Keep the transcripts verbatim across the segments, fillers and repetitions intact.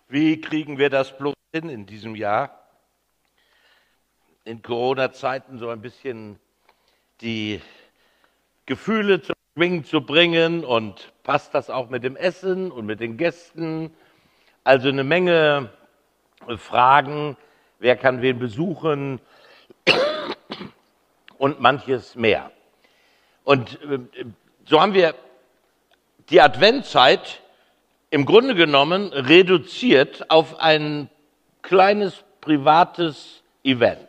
Wie kriegen wir das bloß hin in diesem Jahr? In Corona-Zeiten so ein bisschen die Gefühle zum Schwingen zu bringen und passt das auch mit dem Essen und mit den Gästen? Also eine Menge Fragen, wer kann wen besuchen und manches mehr. Und so haben wir die Adventzeit im Grunde genommen reduziert auf ein kleines privates Event.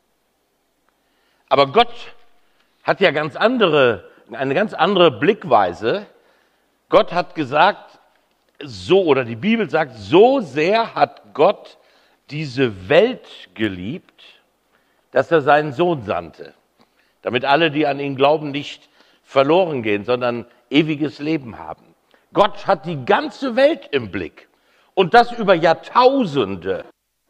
Aber Gott hat ja ganz andere, eine ganz andere Blickweise. Gott hat gesagt, so, oder die Bibel sagt, so sehr hat Gott diese Welt geliebt, dass er seinen Sohn sandte, damit alle, die an ihn glauben, nicht verloren gehen, sondern ewiges Leben haben. Gott hat die ganze Welt im Blick und das über Jahrtausende.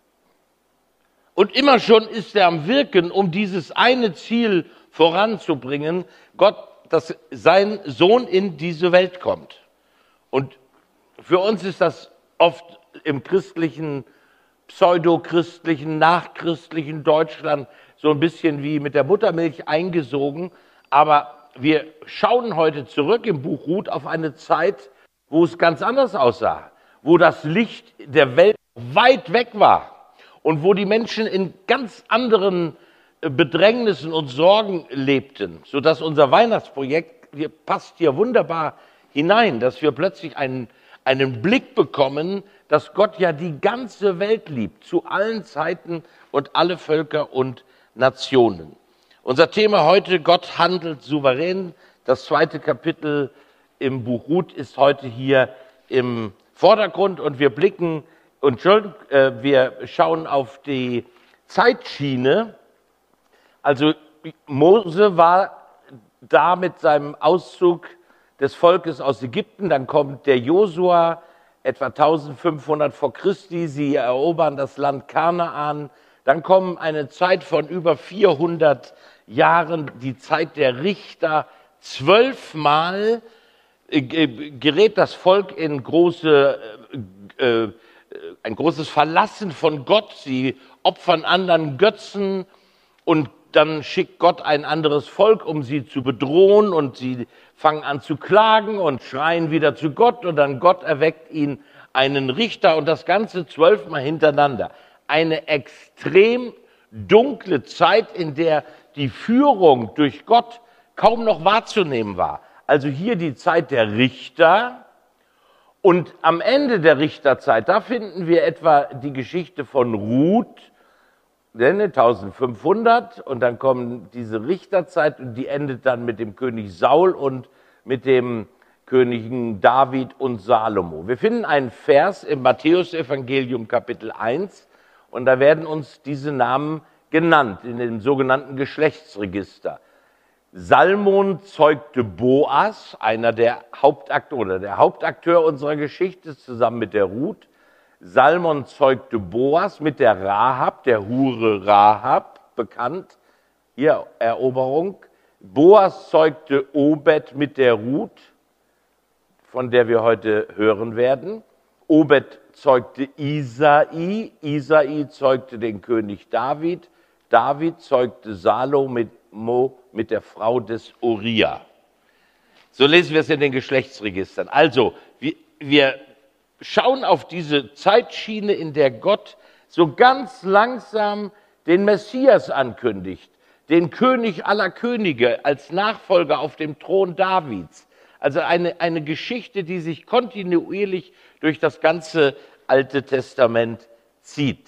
Und immer schon ist er am Wirken, um dieses eine Ziel voranzubringen, Gott, dass sein Sohn in diese Welt kommt. Und für uns ist das oft im christlichen, pseudochristlichen, nachchristlichen Deutschland so ein bisschen wie mit der Buttermilch eingesogen. Aber wir schauen heute zurück im Buch Ruth auf eine Zeit, wo es ganz anders aussah, wo das Licht der Welt weit weg war und wo die Menschen in ganz anderen Bedrängnissen und Sorgen lebten, sodass unser Weihnachtsprojekt hier passt hier wunderbar hinein, dass wir plötzlich einen, einen Blick bekommen, dass Gott ja die ganze Welt liebt, zu allen Zeiten und alle Völker und Nationen. Unser Thema heute, Gott handelt souverän. Das zweite Kapitel im Buch Ruth ist heute hier im Vordergrund und wir blicken und schon, äh, wir schauen auf die Zeitschiene. Also Mose war da mit seinem Auszug des Volkes aus Ägypten, dann kommt der Josua, etwa eintausendfünfhundert vor Christi, sie erobern das Land Kanaan, dann kommt eine Zeit von über vierhundert Jahren, die Zeit der Richter. Zwölfmal gerät das Volk in große, äh, ein großes Verlassen von Gott. Sie opfern anderen Götzen und dann schickt Gott ein anderes Volk, um sie zu bedrohen und sie fangen an zu klagen und schreien wieder zu Gott und dann Gott erweckt ihnen einen Richter und das Ganze zwölfmal hintereinander. Eine extrem dunkle Zeit, in der die Führung durch Gott kaum noch wahrzunehmen war. Also hier die Zeit der Richter und am Ende der Richterzeit, da finden wir etwa die Geschichte von Ruth, eintausendfünfhundert und dann kommt diese Richterzeit und die endet dann mit dem König Saul und mit dem Königen David und Salomo. Wir finden einen Vers im Matthäusevangelium Kapitel eins und da werden uns diese Namen genannt in dem sogenannten Geschlechtsregister. Salmon zeugte Boas, einer der Hauptakteure oder der Hauptakteur unserer Geschichte, zusammen mit der Ruth. Salmon zeugte Boas mit der Rahab, der Hure Rahab, bekannt, hier Eroberung. Boas zeugte Obed mit der Ruth, von der wir heute hören werden. Obed zeugte Isai, Isai zeugte den König David, David zeugte Salomo mit der Frau des Uriah. So lesen wir es in den Geschlechtsregistern. Also, wir, wir schauen auf diese Zeitschiene, in der Gott so ganz langsam den Messias ankündigt, den König aller Könige als Nachfolger auf dem Thron Davids. Also eine, eine Geschichte, die sich kontinuierlich durch das ganze Alte Testament zieht.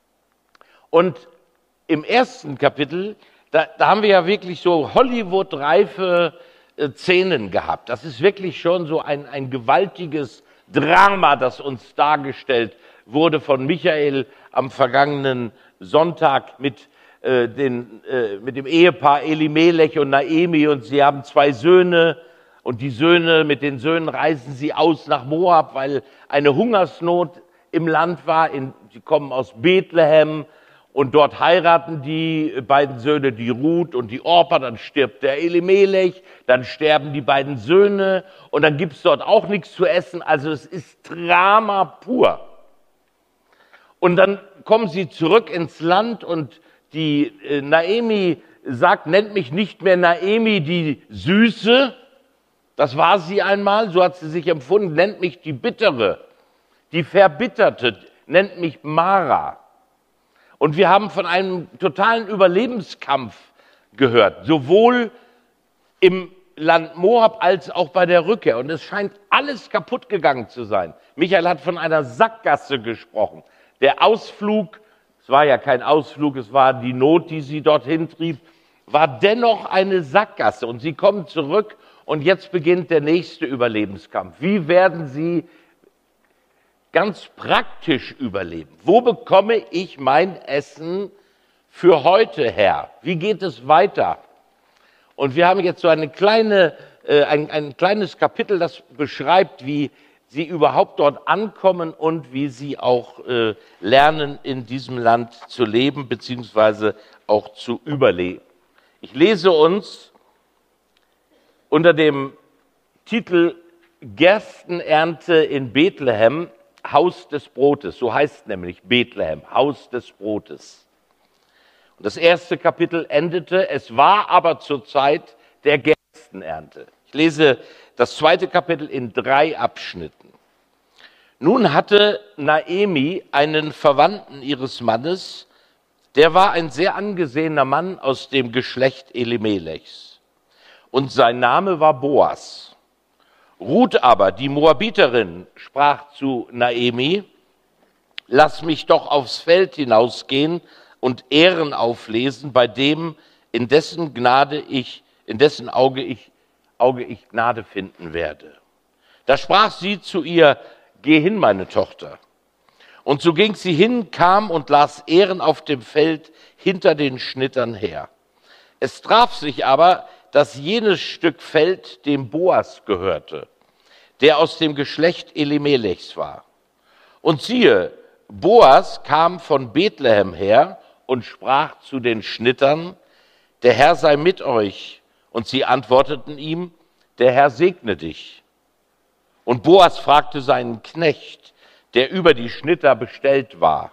Und im ersten Kapitel, da, da haben wir ja wirklich so Hollywood-reife äh, Szenen gehabt. Das ist wirklich schon so ein, ein gewaltiges Drama, das uns dargestellt wurde von Michael am vergangenen Sonntag mit, äh, den, äh, mit dem Ehepaar Elimelech und Naemi. Und sie haben zwei Söhne und die Söhne, mit den Söhnen reisen sie aus nach Moab, weil eine Hungersnot im Land war. In, sie kommen aus Bethlehem. Und dort heiraten die beiden Söhne die Ruth und die Orpa, dann stirbt der Elimelech, dann sterben die beiden Söhne und dann gibt es dort auch nichts zu essen. Also es ist Drama pur. Und dann kommen sie zurück ins Land und die äh, Naomi sagt, nennt mich nicht mehr Naomi die Süße, das war sie einmal, so hat sie sich empfunden, nennt mich die Bittere, die Verbitterte, nennt mich Mara. Und wir haben von einem totalen Überlebenskampf gehört, sowohl im Land Moab als auch bei der Rückkehr. Und es scheint alles kaputt gegangen zu sein. Michael hat von einer Sackgasse gesprochen. Der Ausflug, es war ja kein Ausflug, es war die Not, die sie dorthin trieb, war dennoch eine Sackgasse. Und sie kommen zurück und jetzt beginnt der nächste Überlebenskampf. Wie werden sie ganz praktisch überleben? Wo bekomme ich mein Essen für heute her? Wie geht es weiter? Und wir haben jetzt so eine kleine, äh, ein, ein kleines Kapitel, das beschreibt, wie sie überhaupt dort ankommen und wie sie auch äh, lernen, in diesem Land zu leben, beziehungsweise auch zu überleben. Ich lese uns unter dem Titel Gerstenernte in Bethlehem, Haus des Brotes. So heißt nämlich Bethlehem, Haus des Brotes. Und das erste Kapitel endete, es war aber zur Zeit der Gerstenernte. Ich lese das zweite Kapitel in drei Abschnitten. Nun hatte Naomi einen Verwandten ihres Mannes, der war ein sehr angesehener Mann aus dem Geschlecht Elimelechs. Und sein Name war Boas. Ruth aber, die Moabiterin, sprach zu Naomi, lass mich doch aufs Feld hinausgehen und Ehren auflesen, bei dem, in dessen Gnade ich, in dessen Auge ich, Auge ich Gnade finden werde. Da sprach sie zu ihr, geh hin, meine Tochter. Und so ging sie hin, kam und las Ehren auf dem Feld hinter den Schnittern her. Es traf sich aber, dass jenes Stück Feld dem Boas gehörte, der aus dem Geschlecht Elimelechs war. Und siehe, Boas kam von Bethlehem her und sprach zu den Schnittern, der Herr sei mit euch. Und sie antworteten ihm, der Herr segne dich. Und Boas fragte seinen Knecht, der über die Schnitter bestellt war,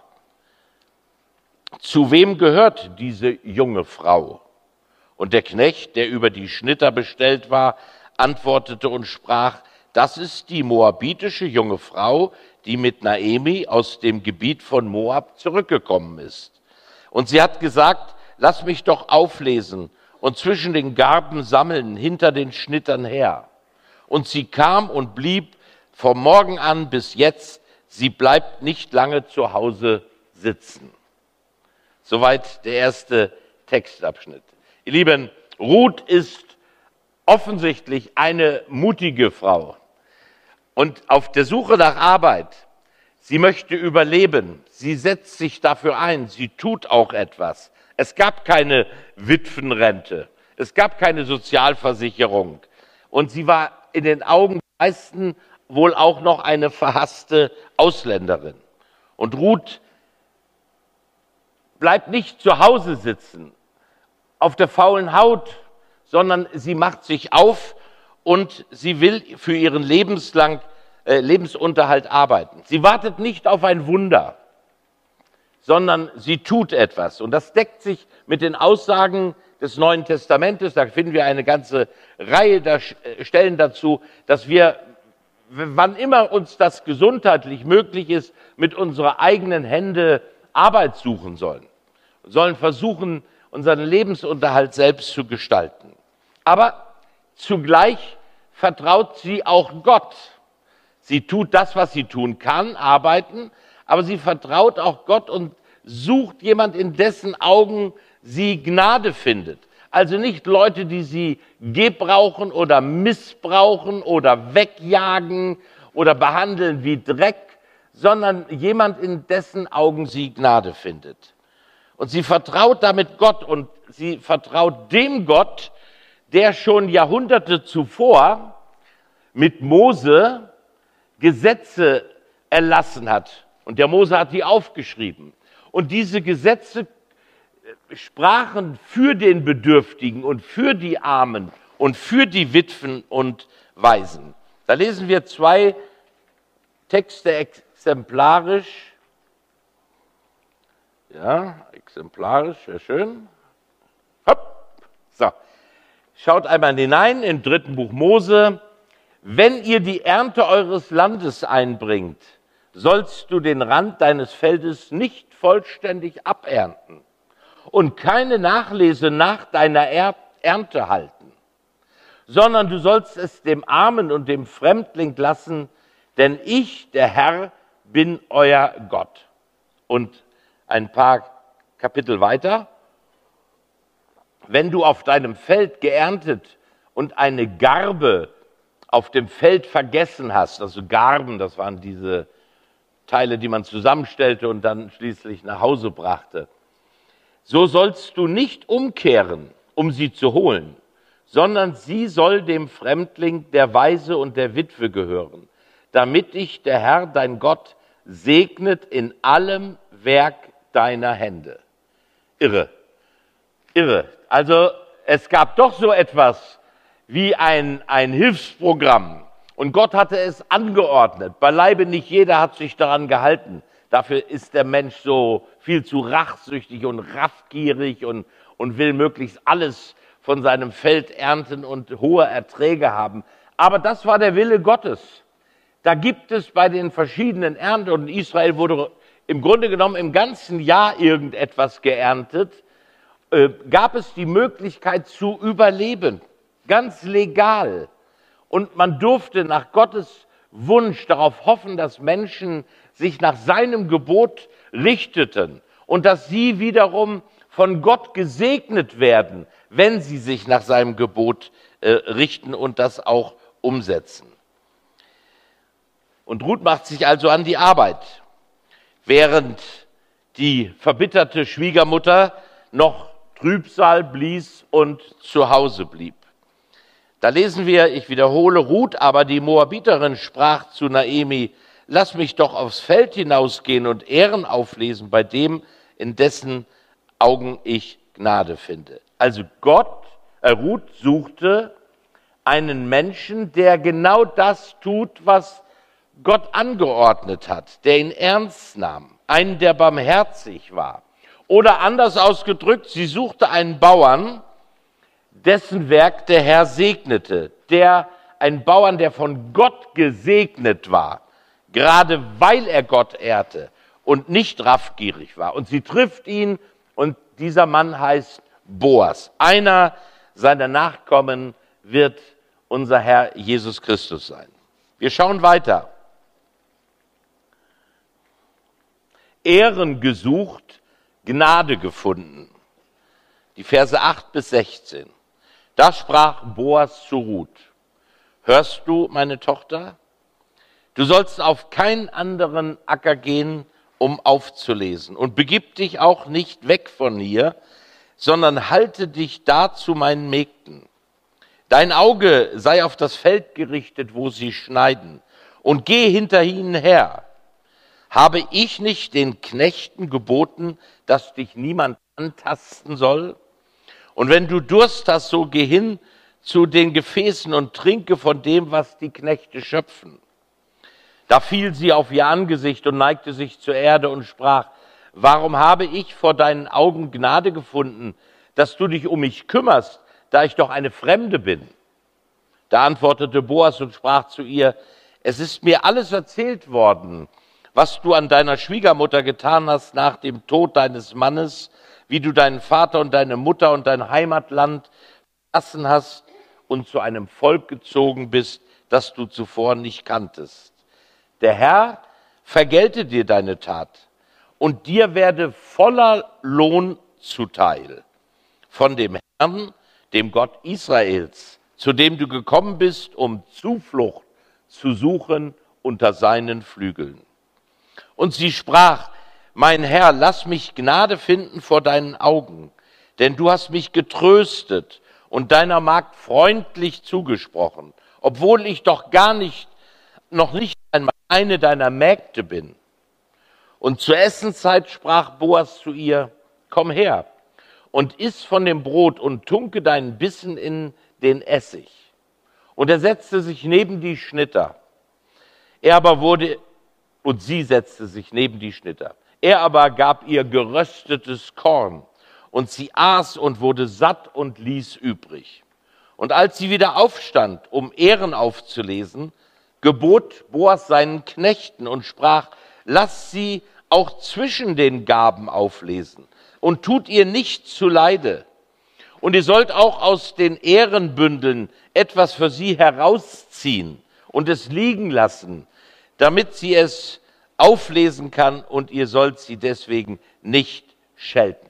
zu wem gehört diese junge Frau? Und der Knecht, der über die Schnitter bestellt war, antwortete und sprach, das ist die moabitische junge Frau, die mit Naomi aus dem Gebiet von Moab zurückgekommen ist. Und sie hat gesagt, lass mich doch auflesen und zwischen den Garben sammeln, hinter den Schnittern her. Und sie kam und blieb vom Morgen an bis jetzt, sie bleibt nicht lange zu Hause sitzen. Soweit der erste Textabschnitt. Ihr Lieben, Ruth ist offensichtlich eine mutige Frau und auf der Suche nach Arbeit. Sie möchte überleben, sie setzt sich dafür ein, sie tut auch etwas. Es gab keine Witwenrente, es gab keine Sozialversicherung und sie war in den Augen der meisten wohl auch noch eine verhasste Ausländerin. Und Ruth bleibt nicht zu Hause sitzen, auf der faulen Haut, sondern sie macht sich auf und sie will für ihren lebenslang, äh, Lebensunterhalt arbeiten. Sie wartet nicht auf ein Wunder, sondern sie tut etwas. Und das deckt sich mit den Aussagen des Neuen Testamentes. Da finden wir eine ganze Reihe der Stellen dazu, dass wir, wann immer uns das gesundheitlich möglich ist, mit unserer eigenen Hände Arbeit suchen sollen. Wir sollen versuchen, unseren Lebensunterhalt selbst zu gestalten. Aber zugleich vertraut sie auch Gott. Sie tut das, was sie tun kann, arbeiten, aber sie vertraut auch Gott und sucht jemand, in dessen Augen sie Gnade findet. Also nicht Leute, die sie gebrauchen oder missbrauchen oder wegjagen oder behandeln wie Dreck, sondern jemand, in dessen Augen sie Gnade findet. Und sie vertraut damit Gott und sie vertraut dem Gott, der schon Jahrhunderte zuvor mit Mose Gesetze erlassen hat. Und der Mose hat die aufgeschrieben. Und diese Gesetze sprachen für den Bedürftigen und für die Armen und für die Witwen und Waisen. Da lesen wir zwei Texte exemplarisch. Ja, exemplarisch, sehr schön. Hopp. So, schaut einmal hinein im dritten Buch Mose. Wenn ihr die Ernte eures Landes einbringt, sollst du den Rand deines Feldes nicht vollständig abernten und keine Nachlese nach deiner er Ernte halten, sondern du sollst es dem Armen und dem Fremdling lassen, denn ich, der Herr, bin euer Gott. Und ein paar Kapitel weiter. Wenn du auf deinem Feld geerntet und eine Garbe auf dem Feld vergessen hast, also Garben, das waren diese Teile, die man zusammenstellte und dann schließlich nach Hause brachte, so sollst du nicht umkehren, um sie zu holen, sondern sie soll dem Fremdling, der Waise und der Witwe gehören, damit dich der Herr, dein Gott, segnet in allem Werk deiner Hände. Irre, irre. Also es gab doch so etwas wie ein, ein Hilfsprogramm. Und Gott hatte es angeordnet. Beileibe nicht jeder hat sich daran gehalten. Dafür ist der Mensch so viel zu rachsüchtig und raffgierig und, und will möglichst alles von seinem Feld ernten und hohe Erträge haben. Aber das war der Wille Gottes. Da gibt es bei den verschiedenen Ernten, und in Israel wurde im Grunde genommen im ganzen Jahr irgendetwas geerntet, äh, gab es die Möglichkeit zu überleben, ganz legal. Und man durfte nach Gottes Wunsch darauf hoffen, dass Menschen sich nach seinem Gebot richteten und dass sie wiederum von Gott gesegnet werden, wenn sie sich nach seinem Gebot äh, richten und das auch umsetzen. Und Ruth macht sich also an die Arbeit, während die verbitterte Schwiegermutter noch Trübsal blies und zu Hause blieb. Da lesen wir, ich wiederhole, Ruth, aber die Moabiterin sprach zu Naomi, lass mich doch aufs Feld hinausgehen und Ehren auflesen bei dem, in dessen Augen ich Gnade finde. Also Gott, äh, Ruth suchte einen Menschen, der genau das tut, was Gott angeordnet hat, der ihn ernst nahm, einen, der barmherzig war. Oder anders ausgedrückt, sie suchte einen Bauern, dessen Werk der Herr segnete, der ein Bauern, der von Gott gesegnet war, gerade weil er Gott ehrte und nicht raffgierig war. Und sie trifft ihn und dieser Mann heißt Boas. Einer seiner Nachkommen wird unser Herr Jesus Christus sein. Wir schauen weiter. Ehren gesucht, Gnade gefunden. Die Verse acht bis sechzehn. Da sprach Boas zu Ruth, hörst du, meine Tochter? Du sollst auf keinen anderen Acker gehen, um aufzulesen, und begib dich auch nicht weg von hier, sondern halte dich da zu meinen Mägden. Dein Auge sei auf das Feld gerichtet, wo sie schneiden, und geh hinter ihnen her. Habe ich nicht den Knechten geboten, dass dich niemand antasten soll? Und wenn du Durst hast, so geh hin zu den Gefäßen und trinke von dem, was die Knechte schöpfen. Da fiel sie auf ihr Angesicht und neigte sich zur Erde und sprach, warum habe ich vor deinen Augen Gnade gefunden, dass du dich um mich kümmerst, da ich doch eine Fremde bin? Da antwortete Boas und sprach zu ihr, es ist mir alles erzählt worden, was du an deiner Schwiegermutter getan hast nach dem Tod deines Mannes, wie du deinen Vater und deine Mutter und dein Heimatland verlassen hast und zu einem Volk gezogen bist, das du zuvor nicht kanntest. Der Herr vergelte dir deine Tat und dir werde voller Lohn zuteil von dem Herrn, dem Gott Israels, zu dem du gekommen bist, um Zuflucht zu suchen unter seinen Flügeln. Und sie sprach, mein Herr, lass mich Gnade finden vor deinen Augen, denn du hast mich getröstet und deiner Magd freundlich zugesprochen, obwohl ich doch gar nicht, noch nicht einmal eine deiner Mägde bin. Und zur Essenszeit sprach Boas zu ihr, komm her und iss von dem Brot und tunke deinen Bissen in den Essig. Und er setzte sich neben die Schnitter. Er aber wurde und sie setzte sich neben die Schnitter. Er aber gab ihr geröstetes Korn, und sie aß und wurde satt und ließ übrig. Und als sie wieder aufstand, um Ähren aufzulesen, gebot Boas seinen Knechten und sprach: Lasst sie auch zwischen den Gaben auflesen und tut ihr nicht zuleide. Und ihr sollt auch aus den Ährenbündeln etwas für sie herausziehen und es liegen lassen, damit sie es auflesen kann, und ihr sollt sie deswegen nicht schelten.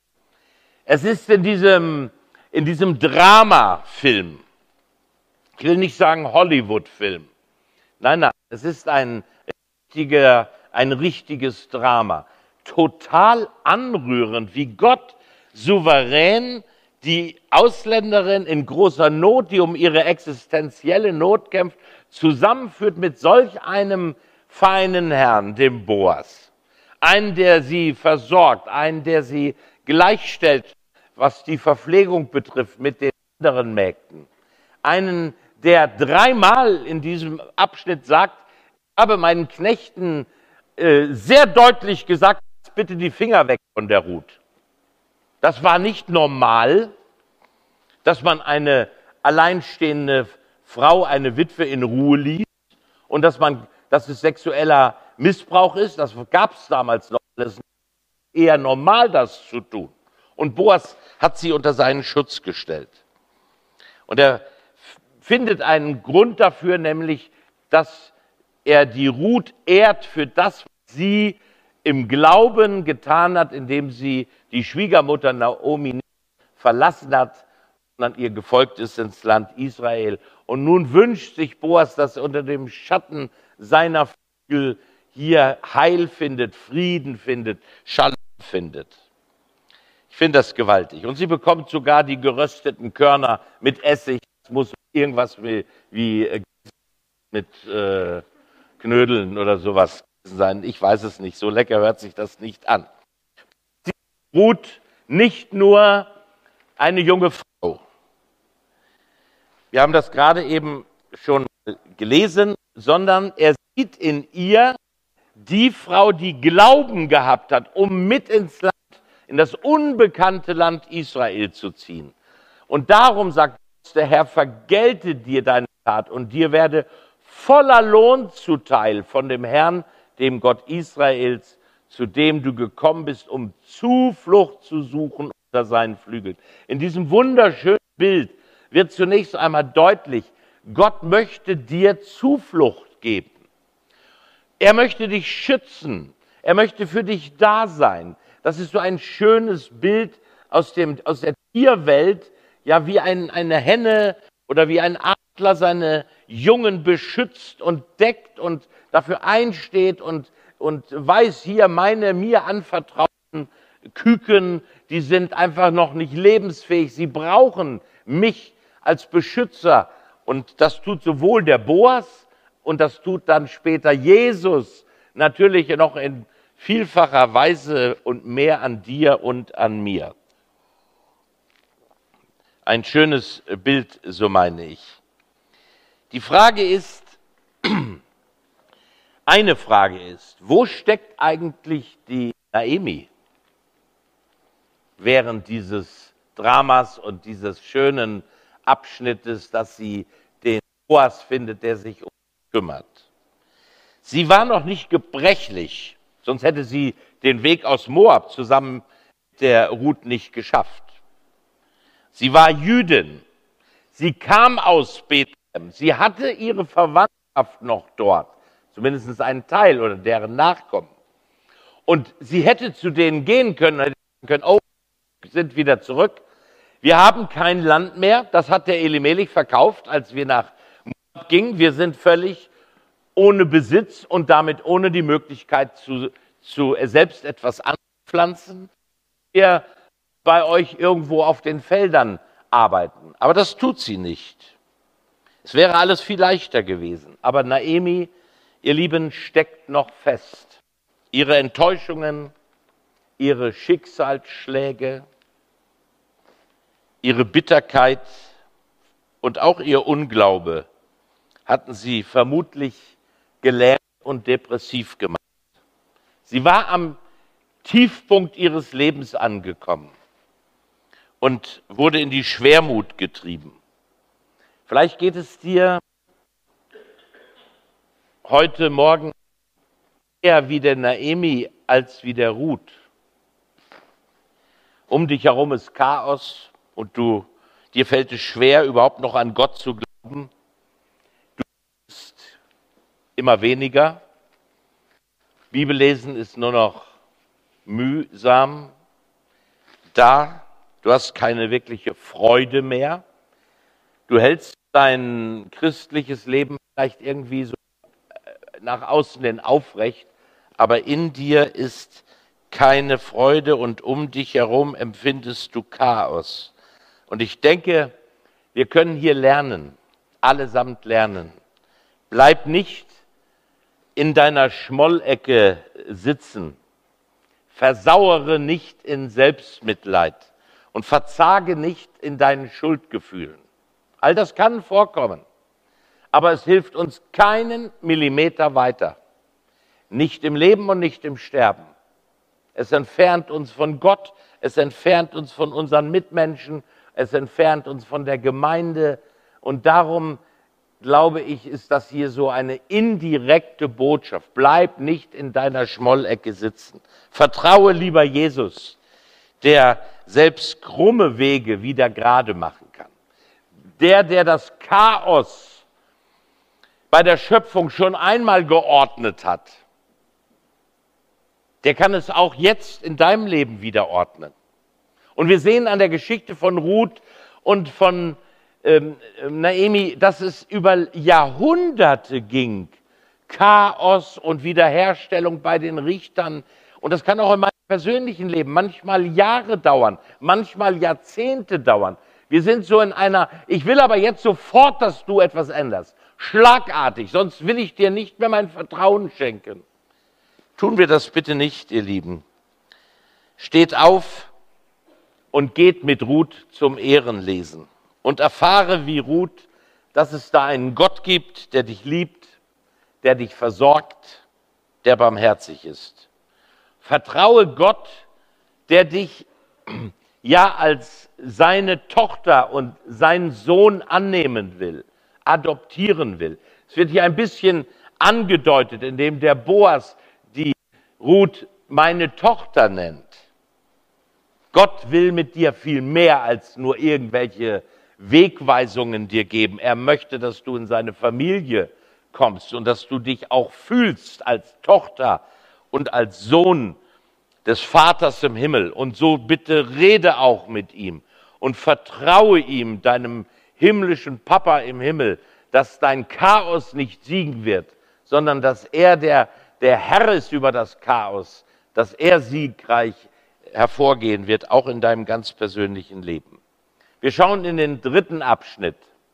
Es ist in diesem, in diesem Dramafilm, ich will nicht sagen Hollywood-Film, nein, nein, es ist ein, richtiger, ein richtiges Drama. Total anrührend, wie Gott souverän die Ausländerin in großer Not, die um ihre existenzielle Not kämpft, zusammenführt mit solch einem feinen Herrn, dem Boas. Einen, der sie versorgt, einen, der sie gleichstellt, was die Verpflegung betrifft, mit den anderen Mägden. Einen, der dreimal in diesem Abschnitt sagt: Ich habe meinen Knechten äh, sehr deutlich gesagt, bitte die Finger weg von der Ruth. Das war nicht normal, dass man eine alleinstehende Frau, eine Witwe, in Ruhe ließ und dass, man, dass es sexueller Missbrauch ist. Das gab es damals noch. Das ist eher normal, das zu tun. Und Boas hat sie unter seinen Schutz gestellt. Und er findet einen Grund dafür, nämlich, dass er die Ruth ehrt für das, was sie im Glauben getan hat, indem sie die Schwiegermutter Naomi nicht verlassen hat, sondern ihr gefolgt ist ins Land Israel. Und nun wünscht sich Boas, dass er unter dem Schatten seiner Flügel hier Heil findet, Frieden findet, Shalom findet. Ich finde das gewaltig. Und sie bekommt sogar die gerösteten Körner mit Essig. Es muss irgendwas wie, wie mit äh, Knödeln oder sowas sein. Ich weiß es nicht. So lecker hört sich das nicht an. Sie ruht nicht nur eine junge Frau. Wir haben das gerade eben schon gelesen, sondern er sieht in ihr die Frau, die Glauben gehabt hat, um mit ins Land, in das unbekannte Land Israel zu ziehen. Und darum sagt der Herr: Vergelte dir deine Tat, und dir werde voller Lohn zuteil von dem Herrn, dem Gott Israels, zu dem du gekommen bist, um Zuflucht zu suchen unter seinen Flügeln. In diesem wunderschönen Bild wird zunächst einmal deutlich: Gott möchte dir Zuflucht geben. Er möchte dich schützen. Er möchte für dich da sein. Das ist so ein schönes Bild aus, dem, aus der Tierwelt, ja, wie ein, eine Henne oder wie ein Adler seine Jungen beschützt und deckt und dafür einsteht und, und weiß, hier meine mir anvertrauten Küken, die sind einfach noch nicht lebensfähig. Sie brauchen mich als Beschützer. Und das tut sowohl der Boas und das tut dann später Jesus natürlich noch in vielfacher Weise und mehr an dir und an mir. Ein schönes Bild, so meine ich. Die Frage ist, eine Frage ist, wo steckt eigentlich die Naomi während dieses Dramas und dieses schönen Abschnittes, dass sie den Boas findet, der sich um sie kümmert? Sie war noch nicht gebrechlich, sonst hätte sie den Weg aus Moab zusammen mit der Ruth nicht geschafft. Sie war Jüdin. Sie kam aus Bethlehem. Sie hatte ihre Verwandtschaft noch dort, zumindest einen Teil oder deren Nachkommen. Und sie hätte zu denen gehen können, hätte können, oh, wir sind wieder zurück. Wir haben kein Land mehr. Das hat der Elimelech verkauft, als wir nach Moab gingen. Wir sind völlig ohne Besitz und damit ohne die Möglichkeit, zu, zu selbst etwas anpflanzen. Wir bei euch irgendwo auf den Feldern arbeiten. Aber das tut sie nicht. Es wäre alles viel leichter gewesen. Aber Naomi, ihr Lieben, steckt noch fest. Ihre Enttäuschungen, ihre Schicksalsschläge, ihre Bitterkeit und auch ihr Unglaube hatten sie vermutlich gelähmt und depressiv gemacht. Sie war am Tiefpunkt ihres Lebens angekommen und wurde in die Schwermut getrieben. Vielleicht geht es dir heute Morgen eher wie der Naemi als wie der Ruth. Um dich herum ist Chaos und du, dir fällt es schwer, überhaupt noch an Gott zu glauben. Du bist immer weniger. Bibellesen ist nur noch mühsam. Da, du hast keine wirkliche Freude mehr. Du hältst dein christliches Leben vielleicht irgendwie so nach außen hin aufrecht, aber in dir ist keine Freude und um dich herum empfindest du Chaos. Und ich denke, wir können hier lernen, allesamt lernen. Bleib nicht in deiner Schmollecke sitzen, versauere nicht in Selbstmitleid und verzage nicht in deinen Schuldgefühlen. All das kann vorkommen, aber es hilft uns keinen Millimeter weiter. Nicht im Leben und nicht im Sterben. Es entfernt uns von Gott, es entfernt uns von unseren Mitmenschen, es entfernt uns von der Gemeinde. Und darum, glaube ich, ist das hier so eine indirekte Botschaft. Bleib nicht in deiner Schmollecke sitzen. Vertraue lieber Jesus, der selbst krumme Wege wieder gerade machen kann. Der, der das Chaos bei der Schöpfung schon einmal geordnet hat, der kann es auch jetzt in deinem Leben wieder ordnen. Und wir sehen an der Geschichte von Ruth und von ähm, Naemi, dass es über Jahrhunderte ging. Chaos und Wiederherstellung bei den Richtern. Und das kann auch in meinem persönlichen Leben manchmal Jahre dauern, manchmal Jahrzehnte dauern. Wir sind so in einer, ich will aber jetzt sofort, dass du etwas änderst. Schlagartig, sonst will ich dir nicht mehr mein Vertrauen schenken. Tun wir das bitte nicht, ihr Lieben. Steht auf und geht mit Ruth zum Ehrenlesen und erfahre wie Ruth, dass es da einen Gott gibt, der dich liebt, der dich versorgt, der barmherzig ist. Vertraue Gott, der dich ja als seine Tochter und seinen Sohn annehmen will, adoptieren will. Es wird hier ein bisschen angedeutet, indem der Boas die Ruth meine Tochter nennt. Gott will mit dir viel mehr als nur irgendwelche Wegweisungen dir geben. Er möchte, dass du in seine Familie kommst und dass du dich auch fühlst als Tochter und als Sohn des Vaters im Himmel. Und so bitte rede auch mit ihm und vertraue ihm, deinem himmlischen Papa im Himmel, dass dein Chaos nicht siegen wird, sondern dass er der, der Herr ist über das Chaos, dass er siegreich hervorgehen wird, auch in deinem ganz persönlichen Leben. Wir schauen in den dritten Abschnitt.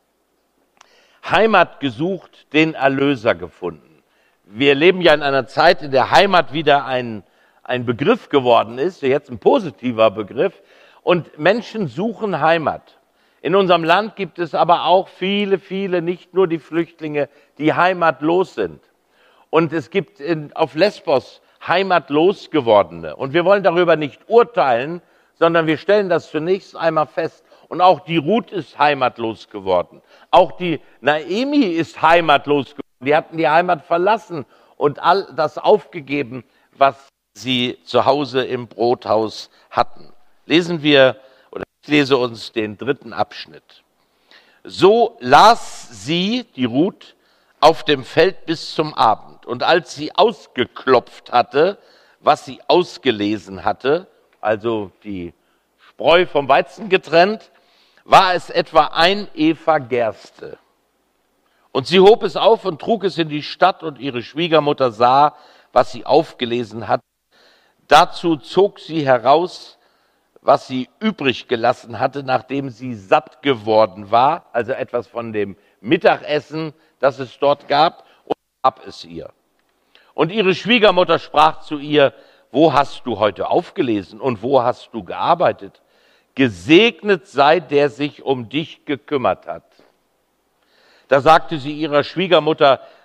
Heimat gesucht, den Erlöser gefunden. Wir leben ja in einer Zeit, in der Heimat wieder ein, ein Begriff geworden ist, jetzt ein positiver Begriff. Und Menschen suchen Heimat. In unserem Land gibt es aber auch viele, viele, nicht nur die Flüchtlinge, die heimatlos sind. Und es gibt in, auf Lesbos heimatlos gewordene. Und wir wollen darüber nicht urteilen, sondern wir stellen das zunächst einmal fest. Und auch die Ruth ist heimatlos geworden. Auch die Naemi ist heimatlos geworden. Die hatten die Heimat verlassen und all das aufgegeben, was sie zu Hause im Brothaus hatten. Lesen wir, oder ich lese uns den dritten Abschnitt. So las sie, die Ruth, auf dem Feld bis zum Abend. Und als sie ausgeklopft hatte, was sie ausgelesen hatte, also die Spreu vom Weizen getrennt, war es etwa ein Epha Gerste. Und sie hob es auf und trug es in die Stadt, und ihre Schwiegermutter sah, was sie aufgelesen hatte. Dazu zog sie heraus, was sie übrig gelassen hatte, nachdem sie satt geworden war, also etwas von dem Mittagessen, das es dort gab, und gab es ihr. Und ihre Schwiegermutter sprach zu ihr: Wo hast du heute aufgelesen und wo hast du gearbeitet? Gesegnet sei, der sich um dich gekümmert hat. Da sagte sie ihrer Schwiegermutter: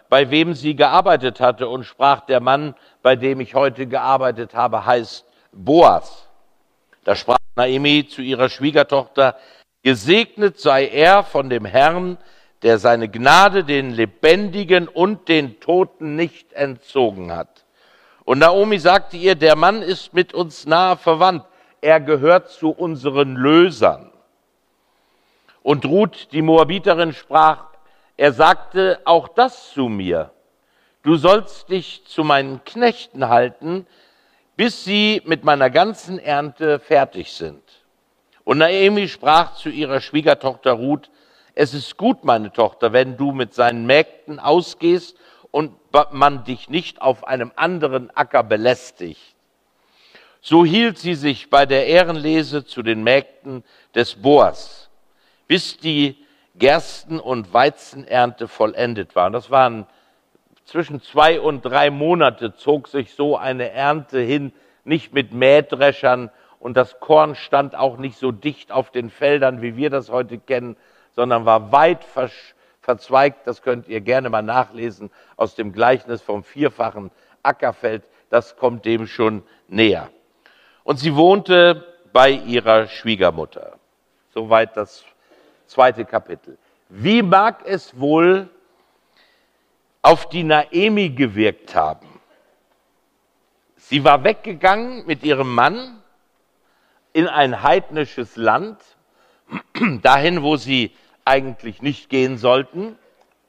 bei wem sie gearbeitet hatte und sprach, der Mann, bei dem ich heute gearbeitet habe, heißt Boas. Da sprach Naomi zu ihrer Schwiegertochter, gesegnet sei er von dem Herrn, der seine Gnade den Lebendigen und den Toten nicht entzogen hat. Und Naomi sagte ihr, der Mann ist mit uns nahe verwandt, er gehört zu unseren Lösern. Und Ruth, die Moabiterin, sprach, er sagte auch das zu mir, du sollst dich zu meinen Knechten halten, bis sie mit meiner ganzen Ernte fertig sind. Und Naomi sprach zu ihrer Schwiegertochter Ruth, es ist gut, meine Tochter, wenn du mit seinen Mägden ausgehst und man dich nicht auf einem anderen Acker belästigt. So hielt sie sich bei der Ehrenlese zu den Mägden des Boas, bis die Gersten- und Weizenernte vollendet war. Das waren zwischen zwei und drei Monate, zog sich so eine Ernte hin, nicht mit Mähdreschern, und das Korn stand auch nicht so dicht auf den Feldern, wie wir das heute kennen, sondern war weit verzweigt. Das könnt ihr gerne mal nachlesen aus dem Gleichnis vom vierfachen Ackerfeld. Das kommt dem schon näher. Und sie wohnte bei ihrer Schwiegermutter. Soweit das zweite Kapitel. Wie mag es wohl auf die Naomi gewirkt haben? Sie war weggegangen mit ihrem Mann in ein heidnisches Land, dahin, wo sie eigentlich nicht gehen sollten.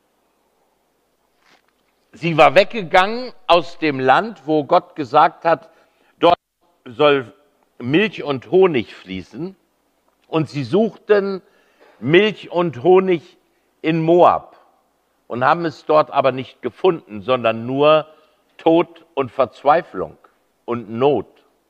Sie war weggegangen aus dem Land, wo Gott gesagt hat, dort soll Milch und Honig fließen. Und sie suchten Milch und Honig in Moab und haben es dort aber nicht gefunden, sondern nur Tod und Verzweiflung und Not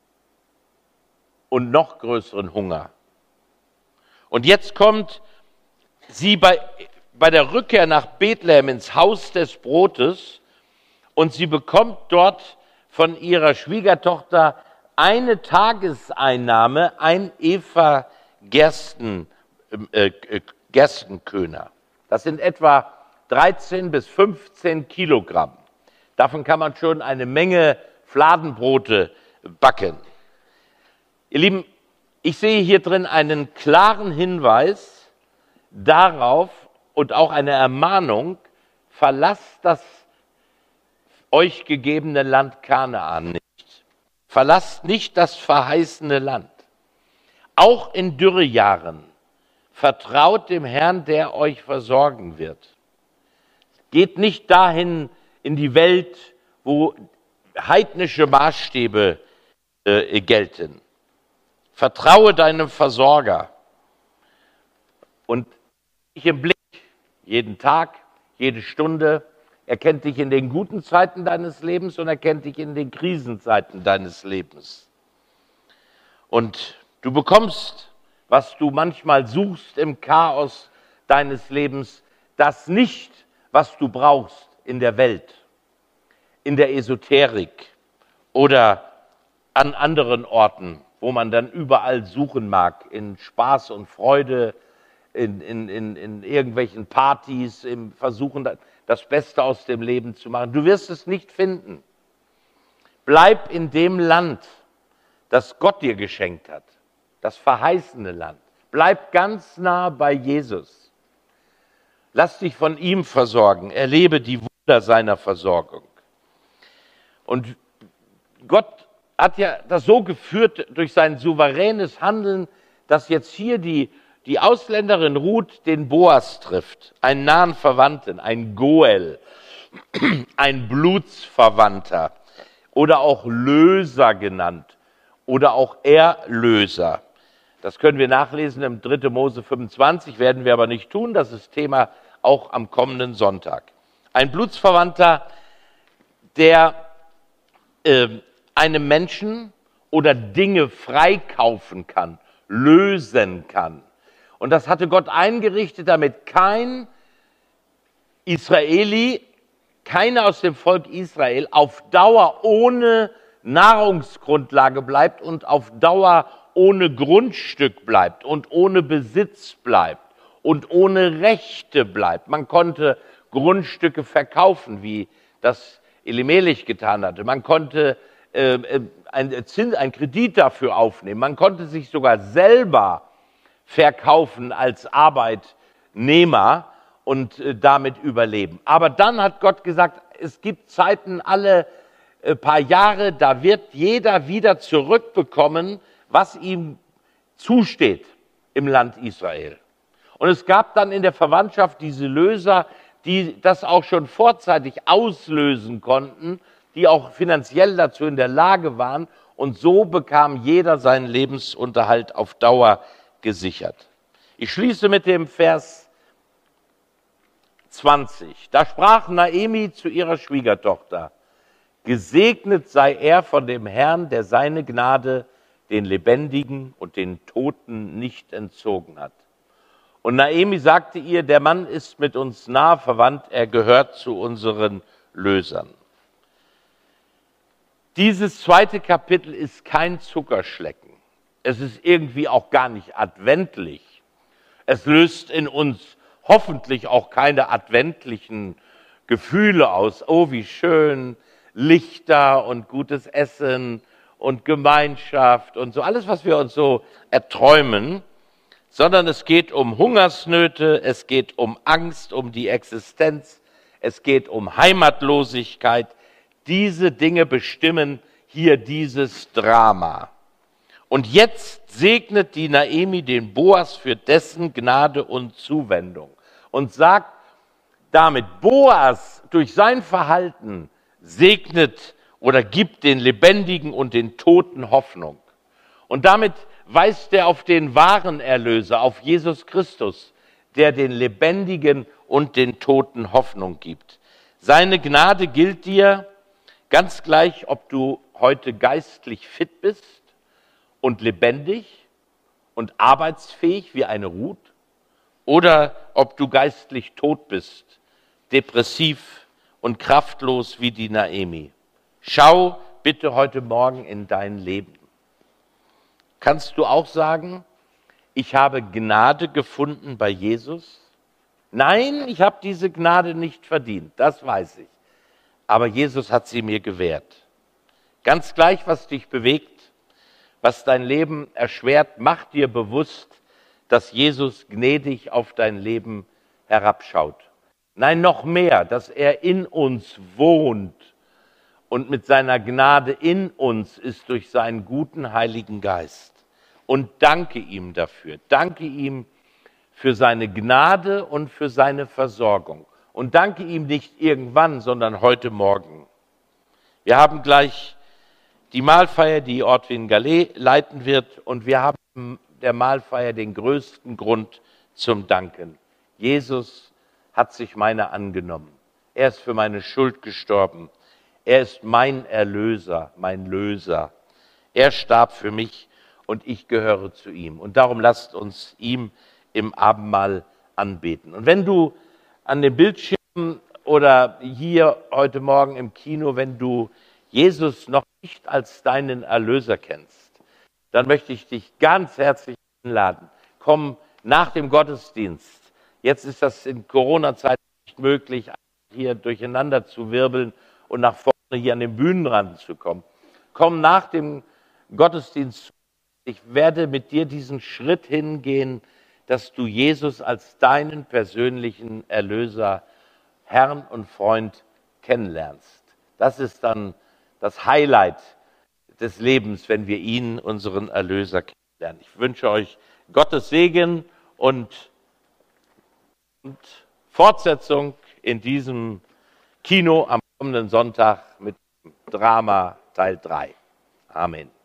und noch größeren Hunger. Und jetzt kommt sie bei, bei der Rückkehr nach Bethlehem ins Haus des Brotes und sie bekommt dort von ihrer Schwiegertochter eine Tageseinnahme, ein Eva Gersten, äh, Gerstenköner. Das sind etwa dreizehn bis fünfzehn Kilogramm. Davon kann man schon eine Menge Fladenbrote backen. Ihr Lieben, ich sehe hier drin einen klaren Hinweis darauf und auch eine Ermahnung, verlasst das euch gegebene Land Kanaan nicht. Verlasst nicht das verheißene Land. Auch in Dürrejahren vertraut dem Herrn, der euch versorgen wird. Geht nicht dahin in die Welt, wo heidnische Maßstäbe äh, gelten. Vertraue deinem Versorger und dich im Blick, jeden Tag, jede Stunde. Er kennt dich in den guten Zeiten deines Lebens und er kennt dich in den Krisenzeiten deines Lebens. Und du bekommst, was du manchmal suchst im Chaos deines Lebens, das nicht, was du brauchst in der Welt, in der Esoterik oder an anderen Orten, wo man dann überall suchen mag, in Spaß und Freude, in, in, in, in irgendwelchen Partys, im Versuchen, das Beste aus dem Leben zu machen. Du wirst es nicht finden. Bleib in dem Land, das Gott dir geschenkt hat, das verheißene Land. Bleib ganz nah bei Jesus. Lass dich von ihm versorgen. Erlebe die Wunder seiner Versorgung. Und Gott hat ja das so geführt durch sein souveränes Handeln, dass jetzt hier die, die Ausländerin Ruth den Boas trifft, einen nahen Verwandten, ein Goel, ein Blutsverwandter oder auch Löser genannt oder auch Erlöser. Das können wir nachlesen im dritte Mose fünfundzwanzig, werden wir aber nicht tun, das ist Thema auch am kommenden Sonntag. Ein Blutsverwandter, der äh, einem Menschen oder Dinge freikaufen kann, lösen kann. Und das hatte Gott eingerichtet, damit kein Israeli, keiner aus dem Volk Israel auf Dauer ohne Nahrungsgrundlage bleibt und auf Dauer ohne Grundstück bleibt und ohne Besitz bleibt und ohne Rechte bleibt. Man konnte Grundstücke verkaufen, wie das Elimelech getan hatte. Man konnte äh, einen, Zins, einen Kredit dafür aufnehmen. Man konnte sich sogar selber verkaufen als Arbeitnehmer und äh, damit überleben. Aber dann hat Gott gesagt, es gibt Zeiten, alle äh, paar Jahre, da wird jeder wieder zurückbekommen, was ihm zusteht im Land Israel. Und es gab dann in der Verwandtschaft diese Löser, die das auch schon vorzeitig auslösen konnten, die auch finanziell dazu in der Lage waren. Und so bekam jeder seinen Lebensunterhalt auf Dauer gesichert. Ich schließe mit dem Vers zwanzig. Da sprach Naemi zu ihrer Schwiegertochter: Gesegnet sei er von dem Herrn, der seine Gnade den Lebendigen und den Toten nicht entzogen hat. Und Naemi sagte ihr, der Mann ist mit uns nah verwandt, er gehört zu unseren Lösern. Dieses zweite Kapitel ist kein Zuckerschlecken. Es ist irgendwie auch gar nicht adventlich. Es löst in uns hoffentlich auch keine adventlichen Gefühle aus. Oh, wie schön, Lichter und gutes Essen und Gemeinschaft und so, alles, was wir uns so erträumen, sondern es geht um Hungersnöte, es geht um Angst, um die Existenz, es geht um Heimatlosigkeit. Diese Dinge bestimmen hier dieses Drama. Und jetzt segnet die Naemi den Boas für dessen Gnade und Zuwendung und sagt damit, Boas durch sein Verhalten segnet oder gibt den Lebendigen und den Toten Hoffnung. Und damit weist er auf den wahren Erlöser, auf Jesus Christus, der den Lebendigen und den Toten Hoffnung gibt. Seine Gnade gilt dir ganz gleich, ob du heute geistlich fit bist und lebendig und arbeitsfähig wie eine Ruth oder ob du geistlich tot bist, depressiv und kraftlos wie die Naemi. Schau bitte heute Morgen in dein Leben. Kannst du auch sagen, ich habe Gnade gefunden bei Jesus? Nein, ich habe diese Gnade nicht verdient, das weiß ich. Aber Jesus hat sie mir gewährt. Ganz gleich, was dich bewegt, was dein Leben erschwert, mach dir bewusst, dass Jesus gnädig auf dein Leben herabschaut. Nein, noch mehr, dass er in uns wohnt und mit seiner Gnade in uns ist durch seinen guten Heiligen Geist. Und danke ihm dafür. Danke ihm für seine Gnade und für seine Versorgung. Und danke ihm nicht irgendwann, sondern heute Morgen. Wir haben gleich die Mahlfeier, die Ortwin Gallet leiten wird. Und wir haben der Mahlfeier den größten Grund zum Danken. Jesus hat sich meiner angenommen. Er ist für meine Schuld gestorben. Er ist mein Erlöser, mein Löser. Er starb für mich und ich gehöre zu ihm. Und darum lasst uns ihm im Abendmahl anbeten. Und wenn du an den Bildschirmen oder hier heute Morgen im Kino, wenn du Jesus noch nicht als deinen Erlöser kennst, dann möchte ich dich ganz herzlich einladen. Komm nach dem Gottesdienst. Jetzt ist das in Corona-Zeiten nicht möglich, hier durcheinander zu wirbeln und nach vorne hier an den Bühnenrand zu kommen. Komm nach dem Gottesdienst. Ich werde mit dir diesen Schritt hingehen, dass du Jesus als deinen persönlichen Erlöser, Herrn und Freund kennenlernst. Das ist dann das Highlight des Lebens, wenn wir ihn, unseren Erlöser, kennenlernen. Ich wünsche euch Gottes Segen und, und Fortsetzung in diesem Kino am kommenden Sonntag mit Drama Teil drei. Amen.